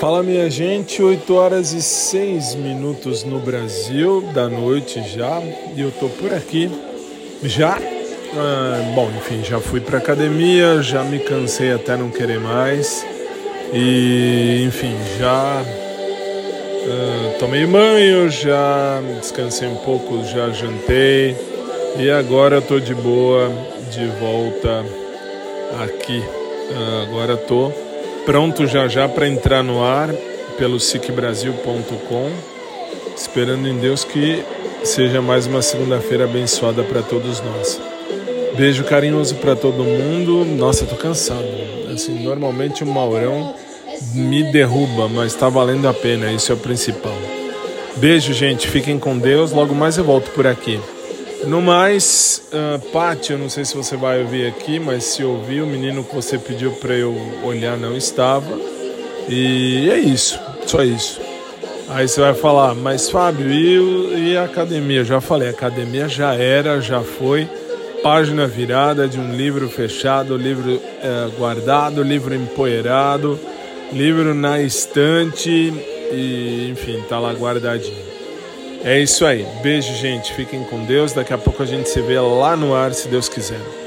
Fala minha gente, 8h06 no Brasil, da noite já, e eu tô por aqui já, já fui pra academia, já me cansei até não querer mais, e enfim, já tomei banho, já descansei um pouco, já jantei, e agora eu tô de boa, de volta aqui, agora tô pronto já para entrar no ar pelo SicBrasil.com, esperando em Deus que seja mais uma segunda-feira abençoada para todos nós. Beijo carinhoso para todo mundo. Nossa, tô cansado. Assim, normalmente o Maurão me derruba, mas tá valendo a pena, isso é o principal. Beijo, gente, fiquem com Deus. Logo mais eu volto por aqui. No mais, Paty, eu não sei se você vai ouvir aqui, mas se ouvir, o menino que você pediu para eu olhar não estava. E é isso, só isso. Aí você vai falar, mas Fábio, e a academia? Eu já falei, a academia já era, já foi. Página virada de um livro fechado, livro guardado, livro empoeirado, livro na estante e, enfim, tá lá guardadinho. É isso aí. Beijo, gente. Fiquem com Deus. Daqui a pouco a gente se vê lá no ar, se Deus quiser.